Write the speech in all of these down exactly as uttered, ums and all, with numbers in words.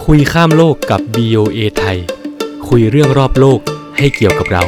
คุยข้ามโลกกับ บี โอ เอ ไทยคุยเรื่องรอบโลกให้เกี่ยวกับเรา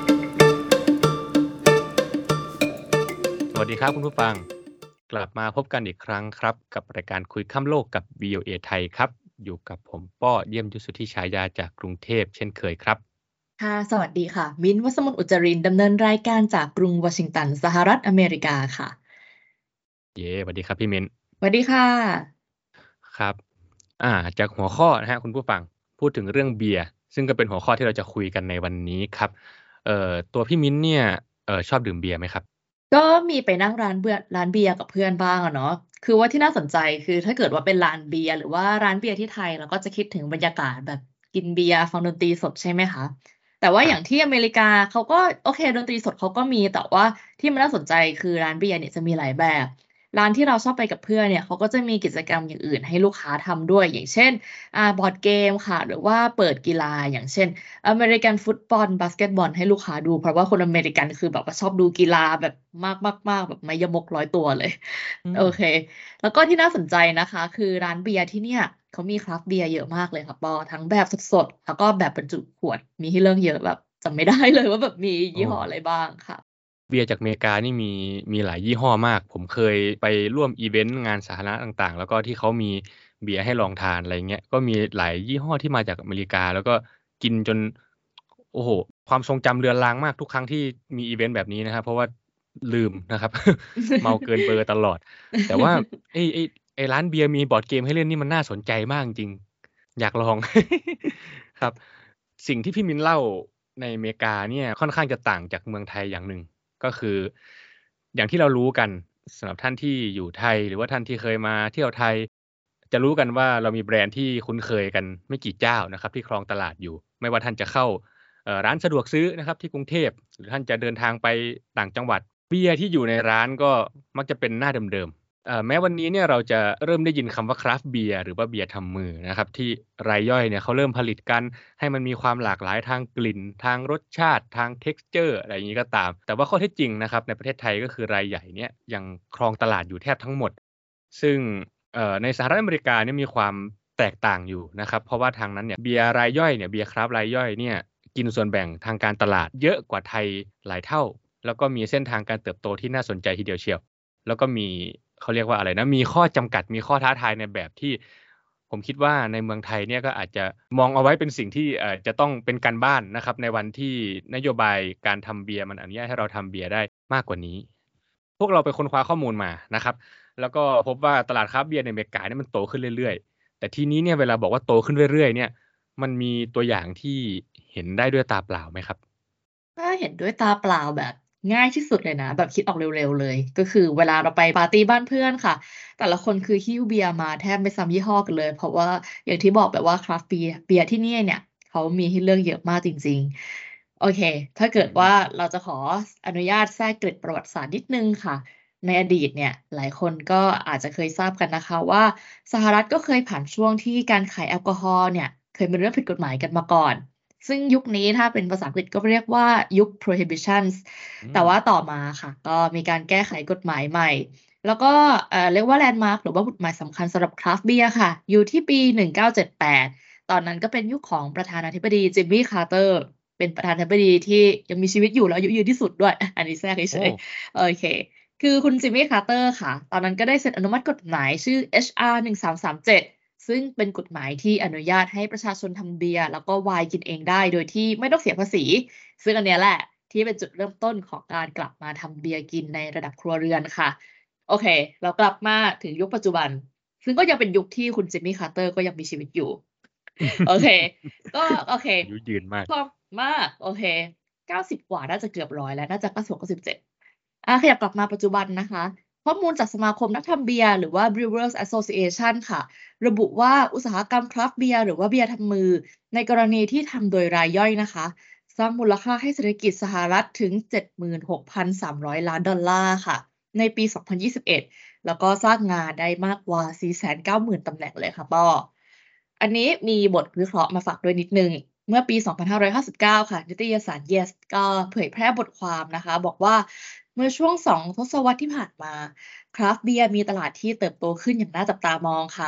สวัสดีครับคุณผู้ฟังกลับมาพบกันอีกครั้งครับกับรายการคุยข้ามโลกกับ บี โอ เอ ไทยครับอยู่กับผมป้อเยี่ยมยุทธสุทธิฉายาจากกรุงเทพเช่นเคยครับค่ะสวัสดีค่ะมิ้นท์ วัสมุนอุจจรินดำเนินรายการจากกรุงวอชิงตันสหรัฐอเมริกาค่ะเย้สวัสดีครับพี่เม้นสวัสดีค่ะครับอ่าจากหัวข้อนะฮะคุณผู้ฟังพูดถึงเรื่องเบียร์ซึ่งก็เป็นหัวข้อที่เราจะคุยกันในวันนี้ครับเอ่อตัวพี่มิ้นเนี่ยเอ่อชอบดื่มเบียร์ไหมครับก็มีไปนั่งร้านเบียร์ร้านเบียร์กับเพื่อนบ้างอะเนาะคือว่าที่น่าสนใจคือถ้าเกิดว่าเป็นร้านเบียร์หรือว่าร้านเบียร์ที่ไทยเราก็จะคิดถึงบรรยากาศแบบกินเบียร์ฟังดนตรีสดใช่ไหมคะแต่ว่าครับอย่างที่อเมริกาเขาก็โอเคดนตรีสดเขาก็มีแต่ว่าที่มันน่าสนใจคือร้านเบียร์เนี่ยจะมีหลายแบบร้านที่เราชอบไปกับเพื่อนเนี่ยเขาก็จะมีกิจกรรมอย่างอื่นให้ลูกค้าทำด้วยอย่างเช่นอ่าบอร์ดเกมค่ะหรือว่าเปิดกีฬาอย่างเช่น อเมริกันฟุตบอลบาสเกตบอลให้ลูกค้าดูเพราะว่าคนอเมริกันคือแบบว่าชอบดูกีฬาแบบมากมากมากแบบไม่ยมกร้อยตัวเลยอืโอมเคแล้วก็ที่น่าสนใจนะคะคือร้านเบียร์ที่เนี่ยเขามีคราฟต์เบียร์เยอะมากเลยค่ะปอทั้งแบบสดๆแล้วก็แบบบรรจุขวดมีให้เลือกเยอะแบบจำไม่ได้เลยว่าแบบมีโอ้ยี่ห้ออะไรบ้างค่ะเบียร์จากอเมริกานี่มีมีหลายยี่ห้อมากผมเคยไปร่วมอิเวนต์งานสาธารณะต่างๆแล้วก็ที่เขามีเบียร์ให้ลองทานอะไรเงี้ยก็มีหลายยี่ห้อที่มาจากอเมริกาแล้วก็กินจนโอ้โฮความทรงจำเรือนรางมากทุกครั้งที่มีอิเวนต์แบบนี้นะครับเพราะว่าลืมนะครับเมาเกินเบอร์ตลอดแต่ว่าไอ้ไอ้ไอ้ร้านเบียร์มีบอร์ดเกมให้เล่นนี่มันน่าสนใจมากจริงๆอยากลองครับสิ่งที่พี่มิ้นเล่าในอเมริกาเนี่ยค่อนข้างจะต่างจากเมืองไทยอย่างหนึ่ง ก็คืออย่างที่เรารู้กันสำหรับท่านที่อยู่ไทยหรือว่าท่านที่เคยมาเที่ยวไทยจะรู้กันว่าเรามีแบรนด์ที่คุ้นเคยกันไม่กี่เจ้านะครับที่ครองตลาดอยู่ไม่ว่าท่านจะเข้าเอ่อร้านสะดวกซื้อนะครับที่กรุงเทพหรือท่านจะเดินทางไปต่างจังหวัดเบียร์ที่อยู่ในร้านก็มักจะเป็นหน้าเดิมๆเอ่อแม้วันนี้เนี่ยเราจะเริ่มได้ยินคำว่าคราฟต์เบียร์หรือว่าเบียร์ทำมือนะครับที่รายย่อยเนี่ยเขาเริ่มผลิตกัน ให้มันมีความหลากหลายทางกลิ่นทางรสชาติทาง texture อะไรอย่างงี้ก็ตามแต่ว่าข้อเท็จจริงนะครับในประเทศไทยก็คือรายใหญ่เนี่ยยังครองตลาดอยู่แทบทั้งหมดซึ่งเอ่อในสหรัฐอเมริกาเนี่ยมีความแตกต่างอยู่นะครับเพราะว่าทางนั้นเนี่ยเบียร์รายย่อยเนี่ยเบียร์คราฟต์รายย่อยเนี่ยกินส่วนแบ่งทางการตลาดเยอะกว่าไทยหลายเท่าแล้วก็มีเส้นทางการเติบโตที่น่าสนใจทีเดียวเชียวแล้วก็มีเขาเรียกว่าอะไรนะมีข้อจำกัดมีข้อท้าทายในแบบที่ ผมคิดว่าในเมืองไทยเนี่ยก็อาจจะมองเอาไว้เป็นสิ่งที่เอ่อจะต้องเป็นการบ้านนะครับในวันที่นโยบายการทำเบียร์มันอนุญาตให้เราทำเบียร์ได้มากกว่านี้พวกเราไปค้นคว้าข้อมูลมานะครับแล้วก็พบว่าตลาดคราฟต์เบียร์ในอเมริกาเนี่ยมันโตขึ้นเรื่อยๆแต่ทีนี้เนี่ยเวลาบอกว่าโตขึ้นเรื่อยๆเนี่ยมันมีตัวอย่างที่เห็นได้ด้วยตาเปล่าไหมครับถ้าเห็นด้วยตาเปล่าแบบง่ายที่สุดเลยนะแบบคิดออกเร็วๆเลยก็คือเวลาเราไปปาร์ตีบ้านเพื่อนค่ะแต่ละคนคือหิ้วเบียร์มาแทบไม่ซ้ำยี่ห้อกันเลยเพราะว่าอย่างที่บอกแบบว่าคราฟต์เบียร์เบียร์ที่นี่เนี่ยเขามีให้เลือกเยอะมากจริงๆโอเคถ้าเกิอืดว่ามเราจะขออนุญาตแทรกเกร็ดประวัติศาสตร์นิดนึงค่ะในอดีตเนี่ยหลายคนก็อาจจะเคยทราบกันนะคะว่าสหรัฐก็เคยผ่านช่วงที่การขายแอลกอฮอล์เนี่ยเคยเป็นเรื่องผิดกฎหมายกันมาก่อน ซึ่งยุคนี้ถ้าเป็นภาษาอังกฤษก็เรียกว่ายุค prohibitions อืมแต่ว่าต่อมาค่ะก็มีการแก้ไขกฎหมายใหม่แล้วก็เอ่อเรียกว่าแลนด์มาร์กหรือว่าจุดหมายสำคัญสำหรับคราฟต์เบียร์ค่ะอยู่ที่ปีหนึ่งเก้าเจ็ดแปดตอนนั้นก็เป็นยุคของประธานาธิบดีจิมมี่คาร์เตอร์เป็นประธานาธิบดีที่ยังมีชีวิตอยู่แล้วอายุยืนที่สุดด้วยอันนี้แทรกเฉโอ้ยๆโอเคคือคุณจิมมี่คาร์เตอร์ค่ะตอนนั้นก็ได้เซ็นอนุมัติกฎหมายชื่อ เอช อาร์ หนึ่งสามสามเจ็ด ซึ่งเป็นกฎหมายที่อนุญาตให้ประชาชนทำเบียร์แล้วก็ไวน์กินเองได้โดยที่ไม่ต้องเสียภาษีซึ่งอันเนี้ยแหละที่เป็นจุดเริ่มต้นของการกลับมาทำเบียร์กินในระดับครัวเรือนค่ะโอเคเรากลับมาถึงยุคปัจจุบันซึ่งก็ยังเป็นยุคที่คุณจิมมี่คาร์เตอร์ก็ยังมีชีวิตอยู่โอเคก็โอเคอายุยืนมากพอมากโอเคเก้าสิบกว่าน่าจะเกือบร้อยแล้วน่าจะเก้าสิบหก เก้าสิบเจ็ดอาขยับกลับมาปัจจุบันนะคะข้อมูลจากสมาคมนักทำเบียร์หรือว่า Brewers Association ค่ะ ระบุว่าอุตสาหกรรมคราฟต์เบียร์หรือว่าเบียร์ทำมือในกรณีที่ทำโดยรายย่อยนะคะสร้างมูลค่าให้เศรษฐกิจสหรัฐถึง เจ็ดหมื่นหกพันสามร้อย ล้านดอลลาร์ค่ะในปี สองพันยี่สิบเอ็ด แล้วก็สร้างงานได้มากกว่า สี่แสนเก้าหมื่น ตำแหน่งเลยค่ะป้ออันนี้มีบทวิเคราะห์มาฝากด้วยนิดนึงเมื่อปี สองพันห้าร้อยห้าสิบเก้า ค่ะนิตยสาร Yes ก็เผยแพร่บทความนะคะบอกว่าเมื่อช่วงสองทศวรรษที่ผ่านมาคราฟต์เบียร์มีตลาดที่เติบโตขึ้นอย่างน่าจับตามองค่ะ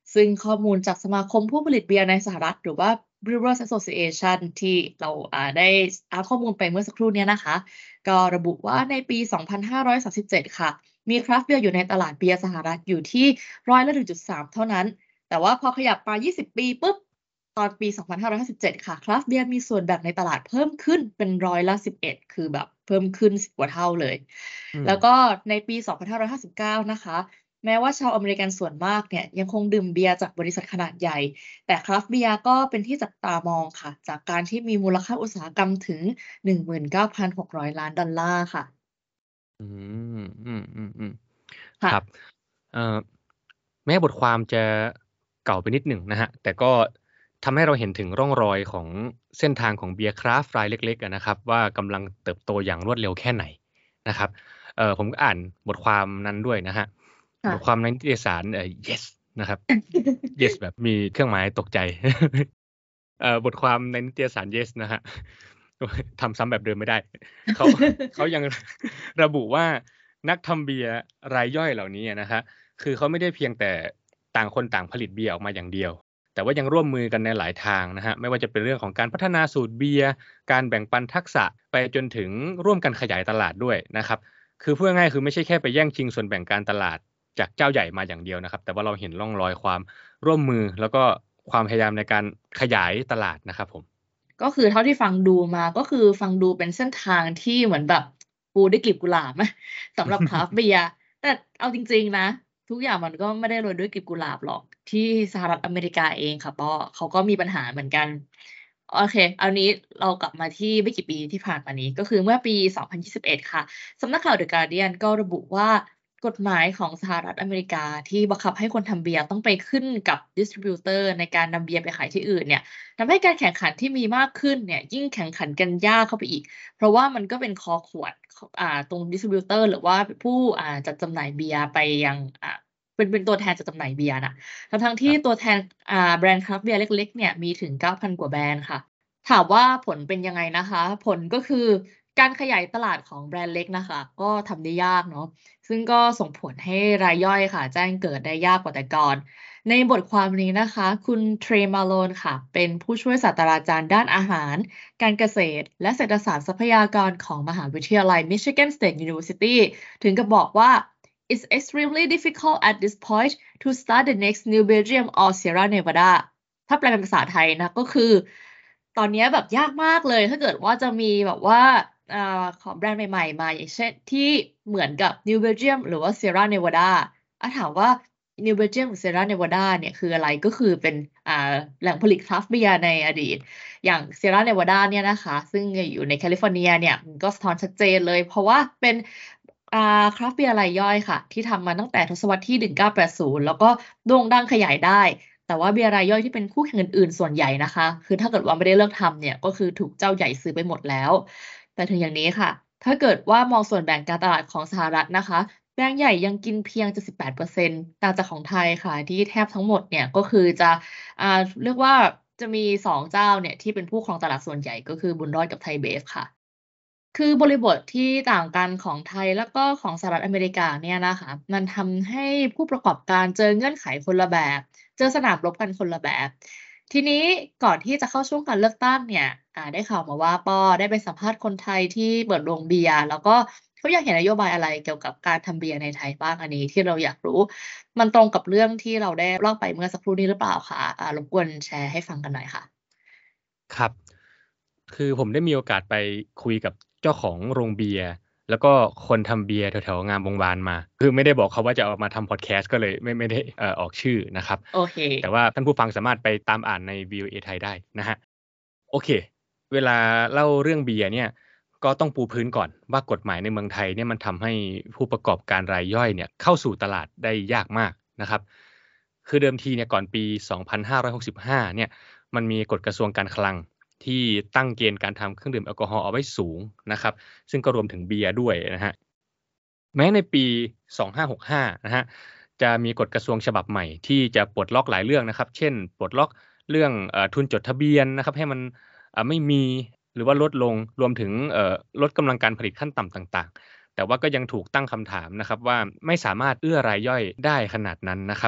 ซึ่งข้อมูลจากสมาคมผู้ผลิตเบียร์ในสหรัฐหรือว่า Brewers Association ที่เราอ่าได้เอาข้อมูลไปเมื่อสักครู่เนี้ยนะคะ ก็ระบุว่าในปี สองพันห้าร้อยสามสิบเจ็ด ค่ะ มีคราฟต์เบียร์อยู่ในตลาดเบียร์สหรัฐอยู่ที่ร้อยละ หนึ่งจุดสาม เท่านั้น แต่ว่าพอขยับมา ยี่สิบ ปีปุ๊บ ตอนปี สองพันห้าร้อยห้าสิบเจ็ด ค่ะ คราฟต์เบียร์มีส่วนแบ่งในตลาดเพิ่มขึ้นเป็นร้อยละ สิบเอ็ด คือแบบเพิ่มขึ้น สิบ กว่าเท่าเลยอืมแล้วก็ในปี สองพันห้าร้อยห้าสิบเก้า นะคะ แม้ว่าชาวอเมริกันส่วนมากเนี่ยยังคงดื่มเบียร์จากบริษัทขนาดใหญ่ แต่คราฟต์เบียร์ก็เป็นที่จับตามองค่ะ จากการที่มีมูลค่าอุตสาหกรรมถึง หนึ่งหมื่นเก้าพันหกร้อย ล้านดอลลาร์ค่ะอืม อืม ๆ ๆค่ะครับ เอ่อ แม้บทความจะเก่าไปนิดหนึ่งนะฮะ แต่ก็ทำให้เราเห็นถึงร่องรอยของเส้นทางของเบียร์คราฟต์รายเล็ก ๆ อะนะครับ ว่ากำลังเติบโตอย่างรวดเร็วแค่ไหนนะครับ เอ่อ ผมก็อ่านบทความนั้นด้วยนะฮะค่บทะความในนิตยสาร เอ่อ Yes นะครับ Yes แบบมีเครื่องหมายตกใจ เอ่อ บทความในนิตยสาร Yes นะ ครับ โอ๊ย ทำซ้ำแบบเดิมไม่ได้ เขา เขายัง ระบุว่านักทำเบียร์รายย่อยเหล่านี้อะนะครับ คือเขาไม่ได้เพียงแต่ต่างคนต่างผลิตเบียร์ออกมาอย่างเดียว แต่ว่ายังร่วมมือกันในหลายทางนะครับ ไม่ว่าจะเป็นเรื่องของการพัฒนาสูตรเบียร์ การแบ่งปันทักษะ ไปจนถึงร่วมกันขยายตลาดด้วยนะครับ คือพูดง่ายๆ คือไม่ใช่แค่ไปแย่งชิงส่วนแบ่งการตลาดจากเจ้าใหญ่มาอย่างเดียวนะครับ แต่ว่าเราเห็นร่องรอยความร่วมมือ แล้วก็ความพยายามในการขยายตลาดนะครับผมก็คือเท่าที่ฟังดูมา ก็คือฟังดูเป็นเส้นทางที่เหมือนแบบปูด้วยกลีบกุหลาบ ไหม สำหรับคราฟต์เบียร์ แต่เอาจริง ๆ นะ ทุกอย่างมันก็ไม่ได้โรยด้วยกลีบกุหลาบหรอก ที่สหรัฐอเมริกาเองค่ะ ก็ เขาก็มีปัญหาเหมือนกัน โอเค อันนี้เรากลับมาที่ไม่กี่ปีที่ผ่านมานี้ ก็คือเมื่อปี สองพันยี่สิบเอ็ด ค่ะ สำนักข่าว The Guardian ก็ระบุว่า กฎหมายของสหรัฐอเมริกาที่บังคับให้คนทำเบียร์ต้องไปขึ้นกับดิสทริบิวเตอร์ในการนำเบียร์ไปขายที่อื่นเนี่ย ทำให้การแข่งขันที่มีมากขึ้นเนี่ย ยิ่งแข่งขันกันยากเข้าไปอีก เพราะว่ามันก็เป็นคอขวด ข อ่า ตรงดิสทริบิวเตอร์ หรือว่าผู้ อ่า จัดจำหน่ายเบียร์ไปยัง อ่า เป็น เป็นตัวแทนจัดจำหน่ายเบียร์น่ะ ทั้ง ๆ ทคี่รับตัวแทน อ่า แบรนด์คราฟต์เบียร์เล็ก ๆ เนี่ยมีถึง เก้าพัน กว่าแบรนด์ค่ะ ถามว่าผลเป็นยังไงนะคะ ผลก็คือการขยายตลาดของแบรนด์เล็กน่ะค่ะ ก็ทำได้ยากเนาะ ซึ่งก็ส่งผลให้รายย่อยค่ะ แจ้งเกิดได้ยากกว่าแต่ก่อน ในบทความนี้นะคะ คุณ Trey Malone ค่ะ เป็นผู้ช่วยศาสตราจารย์ด้านอาหาร การเกษตร และเศรษฐศาสตร์ทรัพยากรของมหาวิทยาลัย Michigan State University ถึงกับบอกว่า "It's extremely difficult at this point to start the next New Belgium or Sierra Nevada" ถ้าแปลเป็นภาษาไทยนะ ก็คือตอนเนี้ยแบบยากมากเลย ถ้าเกิดว่าจะมีแบบว่า อ่า ของแบรนด์ใหม่ ๆ มา อย่างเช่น ที่เหมือนกับ New Belgium หรือว่า Sierra Nevada อา ถามว่า New Belgium หรือ Sierra Nevada เนี่ยคืออะไร ก็คือเป็น อ่า แหล่งผลิตคราฟต์เบียร์ในอดีต อย่าง Sierra Nevada เนี่ยนะคะ ซึ่ง ย อยู่ในแคลิฟอร์เนียเนี่ย มันก็สะท้อนชัดเจนเลย เพราะว่าเป็น อ่า คราฟต์เบียร์รายย่อยค่ะ ที่ทำมาตั้งแต่ทศวรรษที่ หนึ่งเก้าแปดศูนย์ แล้วก็โด่งดังขยายได้ แต่ว่าเบียร์รายย่อยที่เป็นคู่แข่งอื่น ๆ ส่วนใหญ่นะคะ คือถ้าเกิดว่าไม่ได้เลิกทำเนี่ย ก็คือถูกเจ้าใหญ่ซื้อไปหมดแล้ว แต่ถึงอย่างนี้ค่ะ ถ้าเกิดว่ามองส่วนแบ่งการตลาดของสหรัฐนะคะ แบรนด์ใหญ่ยังกินเพียง เจ็ดสิบแปดเปอร์เซ็นต์ ต่างจากของไทยค่ะ ที่แทบทั้งหมดเนี่ย ก็คือจะ อ่า เรียกว่าจะมี สอง เจ้าเนี่ยที่เป็นผู้ครองตลาดส่วนใหญ่ ก็คือบุญรอดกับไทยเบฟค่ะ คือบริบทที่ต่างกันของไทย แล้วก็ของสหรัฐอเมริกาเนี่ยนะคะ มันทำให้ผู้ประกอบการเจอเงื่อนไขคนละแบบ เจอสนามรบกันคนละแบบ ทีนี้ก่อนที่จะเข้าช่วงการเลือกตั้งเนี่ย อ่า ได้ข่าวมาว่า ป้อได้ไปสัมภาษณ์คนไทยที่เปิดโรงเบียร์ แล้วก็เขาอยากเห็นนโยบายอะไรเกี่ยวกับการทำเบียร์ในไทยบ้าง อันนี้ที่เราอยากรู้ มันตรงกับเรื่องที่เราได้เล่าไปเมื่อสักครู่นี้หรือเปล่าคะ? อ่า รบกวนแชร์ให้ฟังกันหน่อยค่ะครับ คือผมได้มีโอกาสไปคุยกับเจ้าของโรงเบียร์ แล้วก็คนทำเบียร์แถว ๆ งามวงศ์วานมา คือไม่ได้บอกเขาว่าจะเอามาทำพอดแคสต์ ก็เลยไม่ ไม่ได้ เอ่อ ออกชื่อนะครับโอเคแต่ว่าท่านผู้ฟังสามารถไปตามอ่านใน วี โอ เอ ไทยได้นะครับ โอเค เวลาเล่าเรื่องเบียร์เนี่ย ก็ต้องปูพื้นก่อนว่ากฎหมายในเมืองไทยเนี่ยมันทำให้ผู้ประกอบการรายย่อยเนี่ยเข้าสู่ตลาดได้ยากมากนะครับ คือเดิมทีเนี่ยก่อนปี สองพันห้าร้อยหกสิบห้า เนี่ย มันมีกฎกระทรวงการคลังที่ตั้งเกณฑ์การทำเครื่องดื่มแอลกอฮอล์เอาไว้สูงนะครับ ซึ่งก็รวมถึงเบียร์ด้วยนะครับ แม้ในปี สองพันห้าร้อยหกสิบห้า นะครับ จะมีกฎกระทรวงฉบับใหม่ที่จะปลดล็อกหลายเรื่องนะครับ เช่น ปลดล็อกเรื่อง เอ่อ ทุนจดทะเบียนนะครับให้มัน อ่า ไม่มี หรือว่าลดลง รวมถึง เอ่อ ลดกำลังการผลิตขั้นต่ำต่าง ๆ แต่ว่าก็ยังถูกตั้งคำถามนะครับว่า ไม่สามารถเอื้อรายย่อยได้ขนาดนั้นนะครับ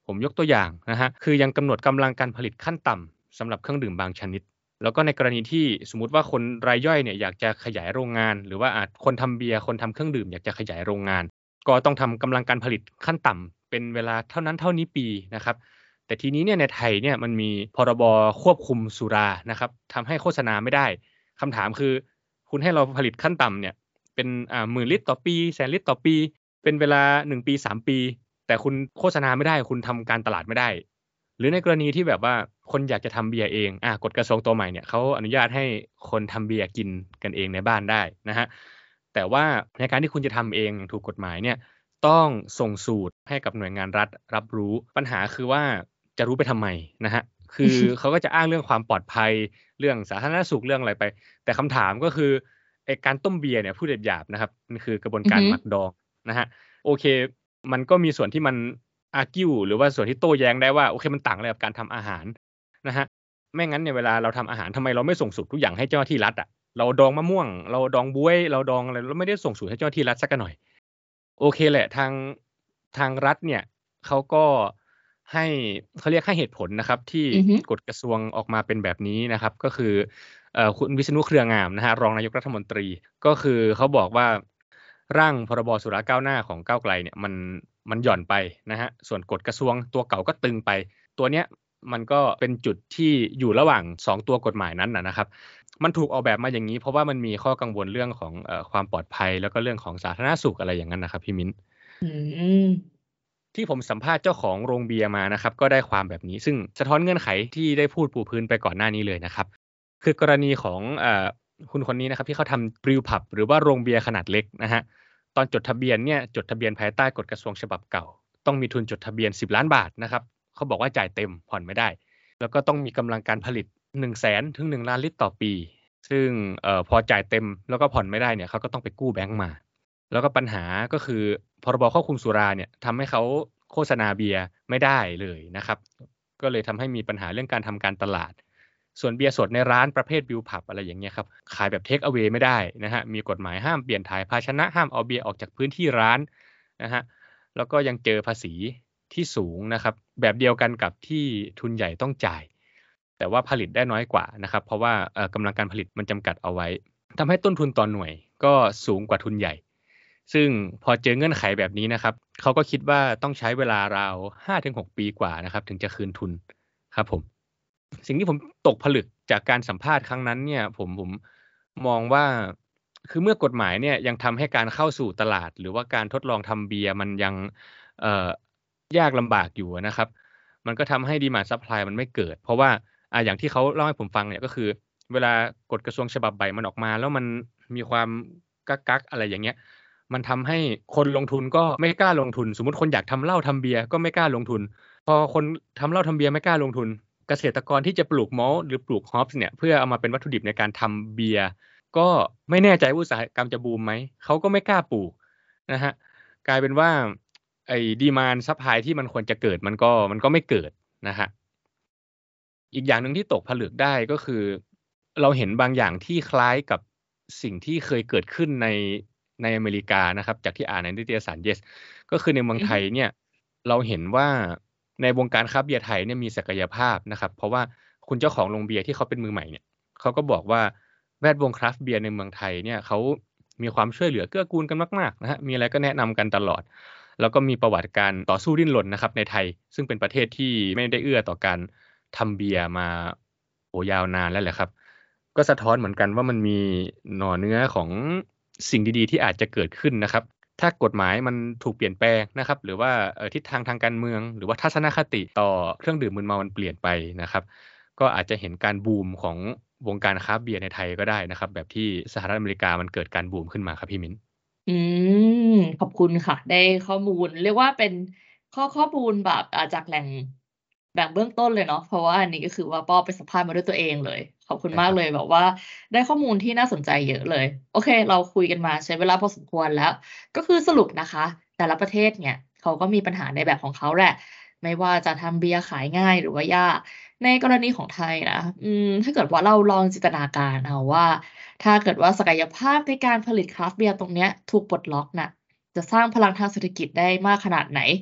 ผมยกตัวอย่างนะฮะคือยังกำหนดกำลังการผลิตขั้นต่ำสำหรับเครื่องดื่มบางชนิดแล้วก็ในกรณีที่สมมุติว่าคนรายย่อยเนี่ยอยากจะขยายโรงงานหรือว่าอาจคนทำเบียร์คนทำเครื่องดื่มอยากจะขยายโรงงานก็ต้องทำกำลังการผลิตขั้นต่ำเป็นเวลาเท่านั้นเท่านี้ปีนะครับแต่ทีนี้เนี่ยในไทยเนี่ยมันมีพรบควบคุมสุรานะครับทำให้โฆษณาไม่ได้คำถามคือคุณให้เราผลิตขั้นต่ำเนี่ยเป็นอ่าหมื่นลิตรต่อปีแสนลิตรต่อปีเป็นเวลาหนึ่งปีสามปีแต่คุณโฆษณาไม่ได้คุณทำการตลาดไม่ได้หรือในกรณีที่แบบว่าคนอยากจะทำเบียร์เองอ่ากฎกระทรวงตัวใหม่เนี่ยเขาอนุญาตให้คนทำเบียร์กินกันเองในบ้านได้นะฮะแต่ว่าในการที่คุณจะทำเองอย่างถูกกฎหมายเนี่ยต้องส่งสูตรให้กับหน่วยงานรัฐรับรู้ปัญหาคือว่าจะรู้ไปทำไมนะฮะคือเขาก็จะอ้างเรื่องความปลอดภัยเรื่องสาธารณสุขเรื่องอะไรไปแต่คำถามก็คือไอ้การต้มเบียร์เนี่ยพูดหยาบๆนะครับมันคือกระบวนการหมักดองนะฮะโอเคมันก็มีส่วนที่มัน argue หรือว่าส่วนที่โต้แย้งได้ว่าโอเคมันต่างอะไรกับการทำอาหารนะฮะไม่งั้นเนี่ยเวลาเราทำอาหารทำไมเราไม่ส่งสูตรทุกอย่างให้เจ้าหน้าที่รัฐอะเราดองมะม่วงเราดองบ๊วยเราดองอะไรเราไม่ได้ส่งสูตรให้เจ้าหน้าที่รัฐสักหน่อยโอเคแหละทางทางรัฐเนี่ยเขาก็ให้เขาเรียกให้เหตุผลนะครับที่กฎกระทรวงออกมาเป็นแบบนี้นะครับก็คือเอ่อคุณวิษณุเครืองามนะฮะรองนายกรัฐมนตรีก็คือเขาบอกว่าร่างพรบสุราก้าวหน้าของก้าวไกลเนี่ยมันมันหย่อนไปนะฮะส่วนกฎกระทรวงตัวเก่าก็ตึงไปตัวเนี้ยมันก็เป็นจุดที่อยู่ระหว่างสองตัวกฎหมายนั้นน่ะนะครับมันถูกออกแบบมาอย่างงี้เพราะว่ามันมีข้อกังวลเรื่องของเอ่อความปลอดภัยแล้วก็เรื่องของสาธารณสุขอะไรอย่างงั้นน่ะครับพี่มิ้นอืมที่ผมสัมภาษณ์เจ้าของโรงเบียร์มานะครับก็ได้ความแบบนี้ซึ่งสะท้อนเงื่อนไขที่ได้พูดปูพื้นไปก่อนหน้านี้เลยนะครับคือกรณีของเอ่อคุณคนนี้นะครับที่เขาทำ Brew Pub หรือว่าโรงเบียร์ขนาดเล็กนะครับตอนจดทะเบียนเนี่ยจดทะเบียนภายใต้กฎกระทรวงฉบับเก่าต้องมีทุนจดทะเบียนสิบล้านบาทนะครับเขาบอกว่าจ่ายเต็มผ่อนไม่ได้แล้วก็ต้องมีกำลังการผลิต หนึ่งแสน ถึง หนึ่ง ล้านลิตรต่อปีซึ่งเอ่อพอจ่ายเต็มแล้วก็ผ่อนไม่ได้เนี่ยเขาก็ต้องไปกู้แบงก์มาแล้วก็ปัญหาก็คือพรบควบคุมสุราเนี่ยทำให้เขาโฆษณาเบียร์ไม่ได้เลยนะครับก็เลยทำให้มีปัญหาเรื่องการทำการตลาดส่วนเบียร์สดในร้านประเภท Brew Pub อะไรอย่างเงี้ยครับขายแบบเทกเอา a y ไม่ได้นะครับมีกฎหมายห้ามเปลี่ยนถ่ายภาชนะห้ามเอาเบียร์ออกจากพื้นที่ร้านนะครับแล้วก็ยังเจอภาษีที่สูงนะครับแบบเดียวกันกับที่ทุนใหญ่ต้องจ่ายแต่ว่าผลิตได้น้อยกว่านะครับเพราะว่าเอ่อกำลังการผลิตมันจำกัดเอาไว้ทำให้ต้นทุนต่อหน่วยก็สูงกว่าทุนใหญ่ซึ่งพอเจอเงื่อนไขแบบนี้นะครับเขาก็คิดว่าต้องใช้เวลาราว ห้าถึงหก ปีกว่านะครับถึงจะคืนทุนครับผมสิ่งที่ผมตกผลึกจากการสัมภาษณ์ครั้งนั้นเนี่ยผมผมมองว่าคือเมื่อกฎหมายเนี่ยยังทำให้การเข้าสู่ตลาดหรือว่าการทดลองทำเบียร์มันยังเอ่อยากลำบากอยู่อะนะครับมันก็ทำให้ Demand Supply มันไม่เกิดเพราะว่าอ่าอย่างที่เขาเล่าให้ผมฟังเนี่ยก็คือเวลากฎกระทรวงฉบับใหม่มันออกมาแล้วมันมีความกั๊กๆอะไรอย่างเงี้ยมันทำให้คนลงทุนก็ไม่กล้าลงทุนสมมุติคนอยากทำเหล้าทำเบียร์ก็ไม่กล้าลงทุนพอคนทำเหล้าทำเบียร์ไม่กล้าลงทุนเกษตรกรที่จะปลูก Malt หรือปลูก Hops เนี่ยเพื่อเอามาเป็นวัตถุดิบในการทำเบียร์ก็ไม่แน่ใจว่าอุตสาหกรรมจะบูมไหมเขาก็ไม่กล้าปลูกนะครับกลายเป็นว่าไอ้ Demand Supply ที่มันควรจะเกิดมันก็มันก็ไม่เกิดนะครับอีกอย่างหนึ่งที่ตกผลึกได้ก็คือเราเห็นบางอย่างที่คล้ายกับสิ่งที่เคยเกิดขึ้นในในอเมริกานะครับจากที่อ่านในนิตยสาร Yes ก็คือในเมืองไทยเนี่ยเราเห็นว่าในวงการคราฟต์เบียร์ไทยเนี่ยมีศักยภาพนะครับเพราะว่าคุณเจ้าของโรงเบียร์ที่เขาเป็นมือใหม่เนี่ยเขาก็บอกว่าแวดวงคราฟต์เบียร์ในเมืองไทยเนี่ยเขามีความช่วยเหลือเกื้อกูลกันมากๆนะครับมีอะไรก็แนะนำกันตลอดแล้วก็มีประวัติการต่อสู้ดิ้นรนนะครับในไทยซึ่งเป็นประเทศที่ไม่ได้เอื้อต่อการทำเบียร์มาโอ้ยาวนานแล้วแหละครับก็สะท้อนเหมือนกันว่ามันมีหน่อเนื้อของสิ่งดีๆที่อาจจะเกิดขึ้นนะครับถ้ากฎหมายมันถูกเปลี่ยนแปลงนะครับหรือว่าเอ่อทิศทางทางการเมืองหรือว่าทัศนคติต่อเครื่องดื่มมึนเมามันเปลี่ยนไปนะครับก็อาจจะเห็นการบูมของวงการคราฟต์เบียร์ในไทยก็ได้นะครับแบบที่สหรัฐอเมริกามันเกิดการบูมขึ้นมาครับพี่มิ้นอืมขอบคุณค่ะได้ข้อมูลเรียกว่าเป็นข้อข้อมูลแบบอ่าจากแหล่งแหล่งเบื้องต้นเลยเนาะเพราะว่าอันนี้ก็คือว่าป้อไปสัมภาษณ์มาด้วยตัวเองเลยขอบคุณมากใช่ครับเลยแบบว่าได้ข้อมูลที่น่าสนใจเยอะเลยโอเคเราคุยกันมาใช้เวลาพอสมควรแล้วก็คือสรุปนะคะแต่ละประเทศเนี่ยเขาก็มีปัญหาในแบบของเขาแหละไม่ว่าจะทำเบียร์ขายง่ายหรือว่ายากในกรณีของไทยนะอืมถ้าเกิดว่าเราลองจินตนาการเอาว่า ถ้าเกิดว่าศักยภาพในการผลิตคราฟต์เบียร์ตรงเนี้ยถูกปลดล็อกน่ะจะสร้างพลังทางเศรษฐกิจได้มากขนาดไหน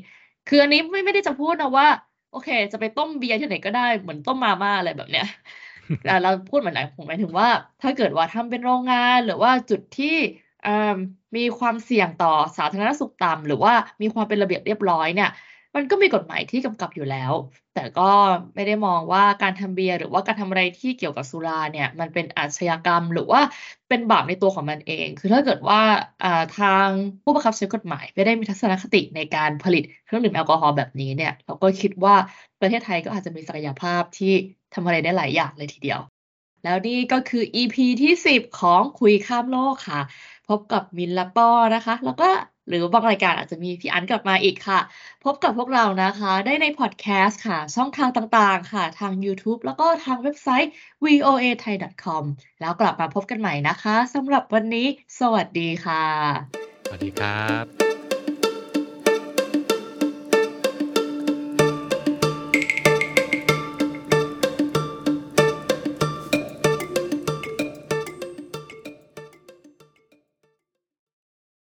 คืออันนี้ไม่ไม่ได้จะพูดนะว่าโอเคจะไปต้มเบียร์ที่ไหนก็ได้เหมือนต้มมาม่าอะไรแบบเนี้ย แต่เราพูดเหมือนไหนผมหมายถึงว่าถ้าเกิดว่าทำเป็นโรงงานหรือว่าจุดที่เอ่อมีความเสี่ยงต่อสาธารณสุขต่ำหรือว่ามีความเป็นระเบียบเรียบร้อยเนี่ยมันก็มีกฎหมายที่กำกับอยู่แล้ว แต่ก็ไม่ได้มองว่าการทำเบียร์หรือว่าการทำอะไรที่เกี่ยวกับสุราเนี่ยมันเป็นอาชญากรรมหรือว่าเป็นบาปในตัวของมันเองคือถ้าเกิดว่าอ่าทางผู้บังคับใช้กฎหมายไม่ได้มีทัศนคติในการผลิตเครื่องดื่มแอลกอฮอล์แบบนี้เนี่ยเราก็คิดว่าประเทศไทยก็อาจจะมีศักยภาพที่ทำอะไรได้หลายอย่างเลยทีเดียวแล้วนี่ก็คือ อี พี ที่สิบของคุยข้ามโลกค่ะพบกับมินและป้อนะคะแล้วก็หรือบางรายการอาจจะมีพี่อันกลับมาอีกค่ะ พบกับพวกเรานะคะได้ในพอดแคสต์ค่ะช่องทางต่างๆค่ะทาง YouTube แล้วก็ทางเว็บไซต์ วี โอ เอ ไทย ดอท คอม แล้วกลับมาพบกันใหม่นะคะสำหรับวันนี้สวัสดีค่ะสวัสดีครับ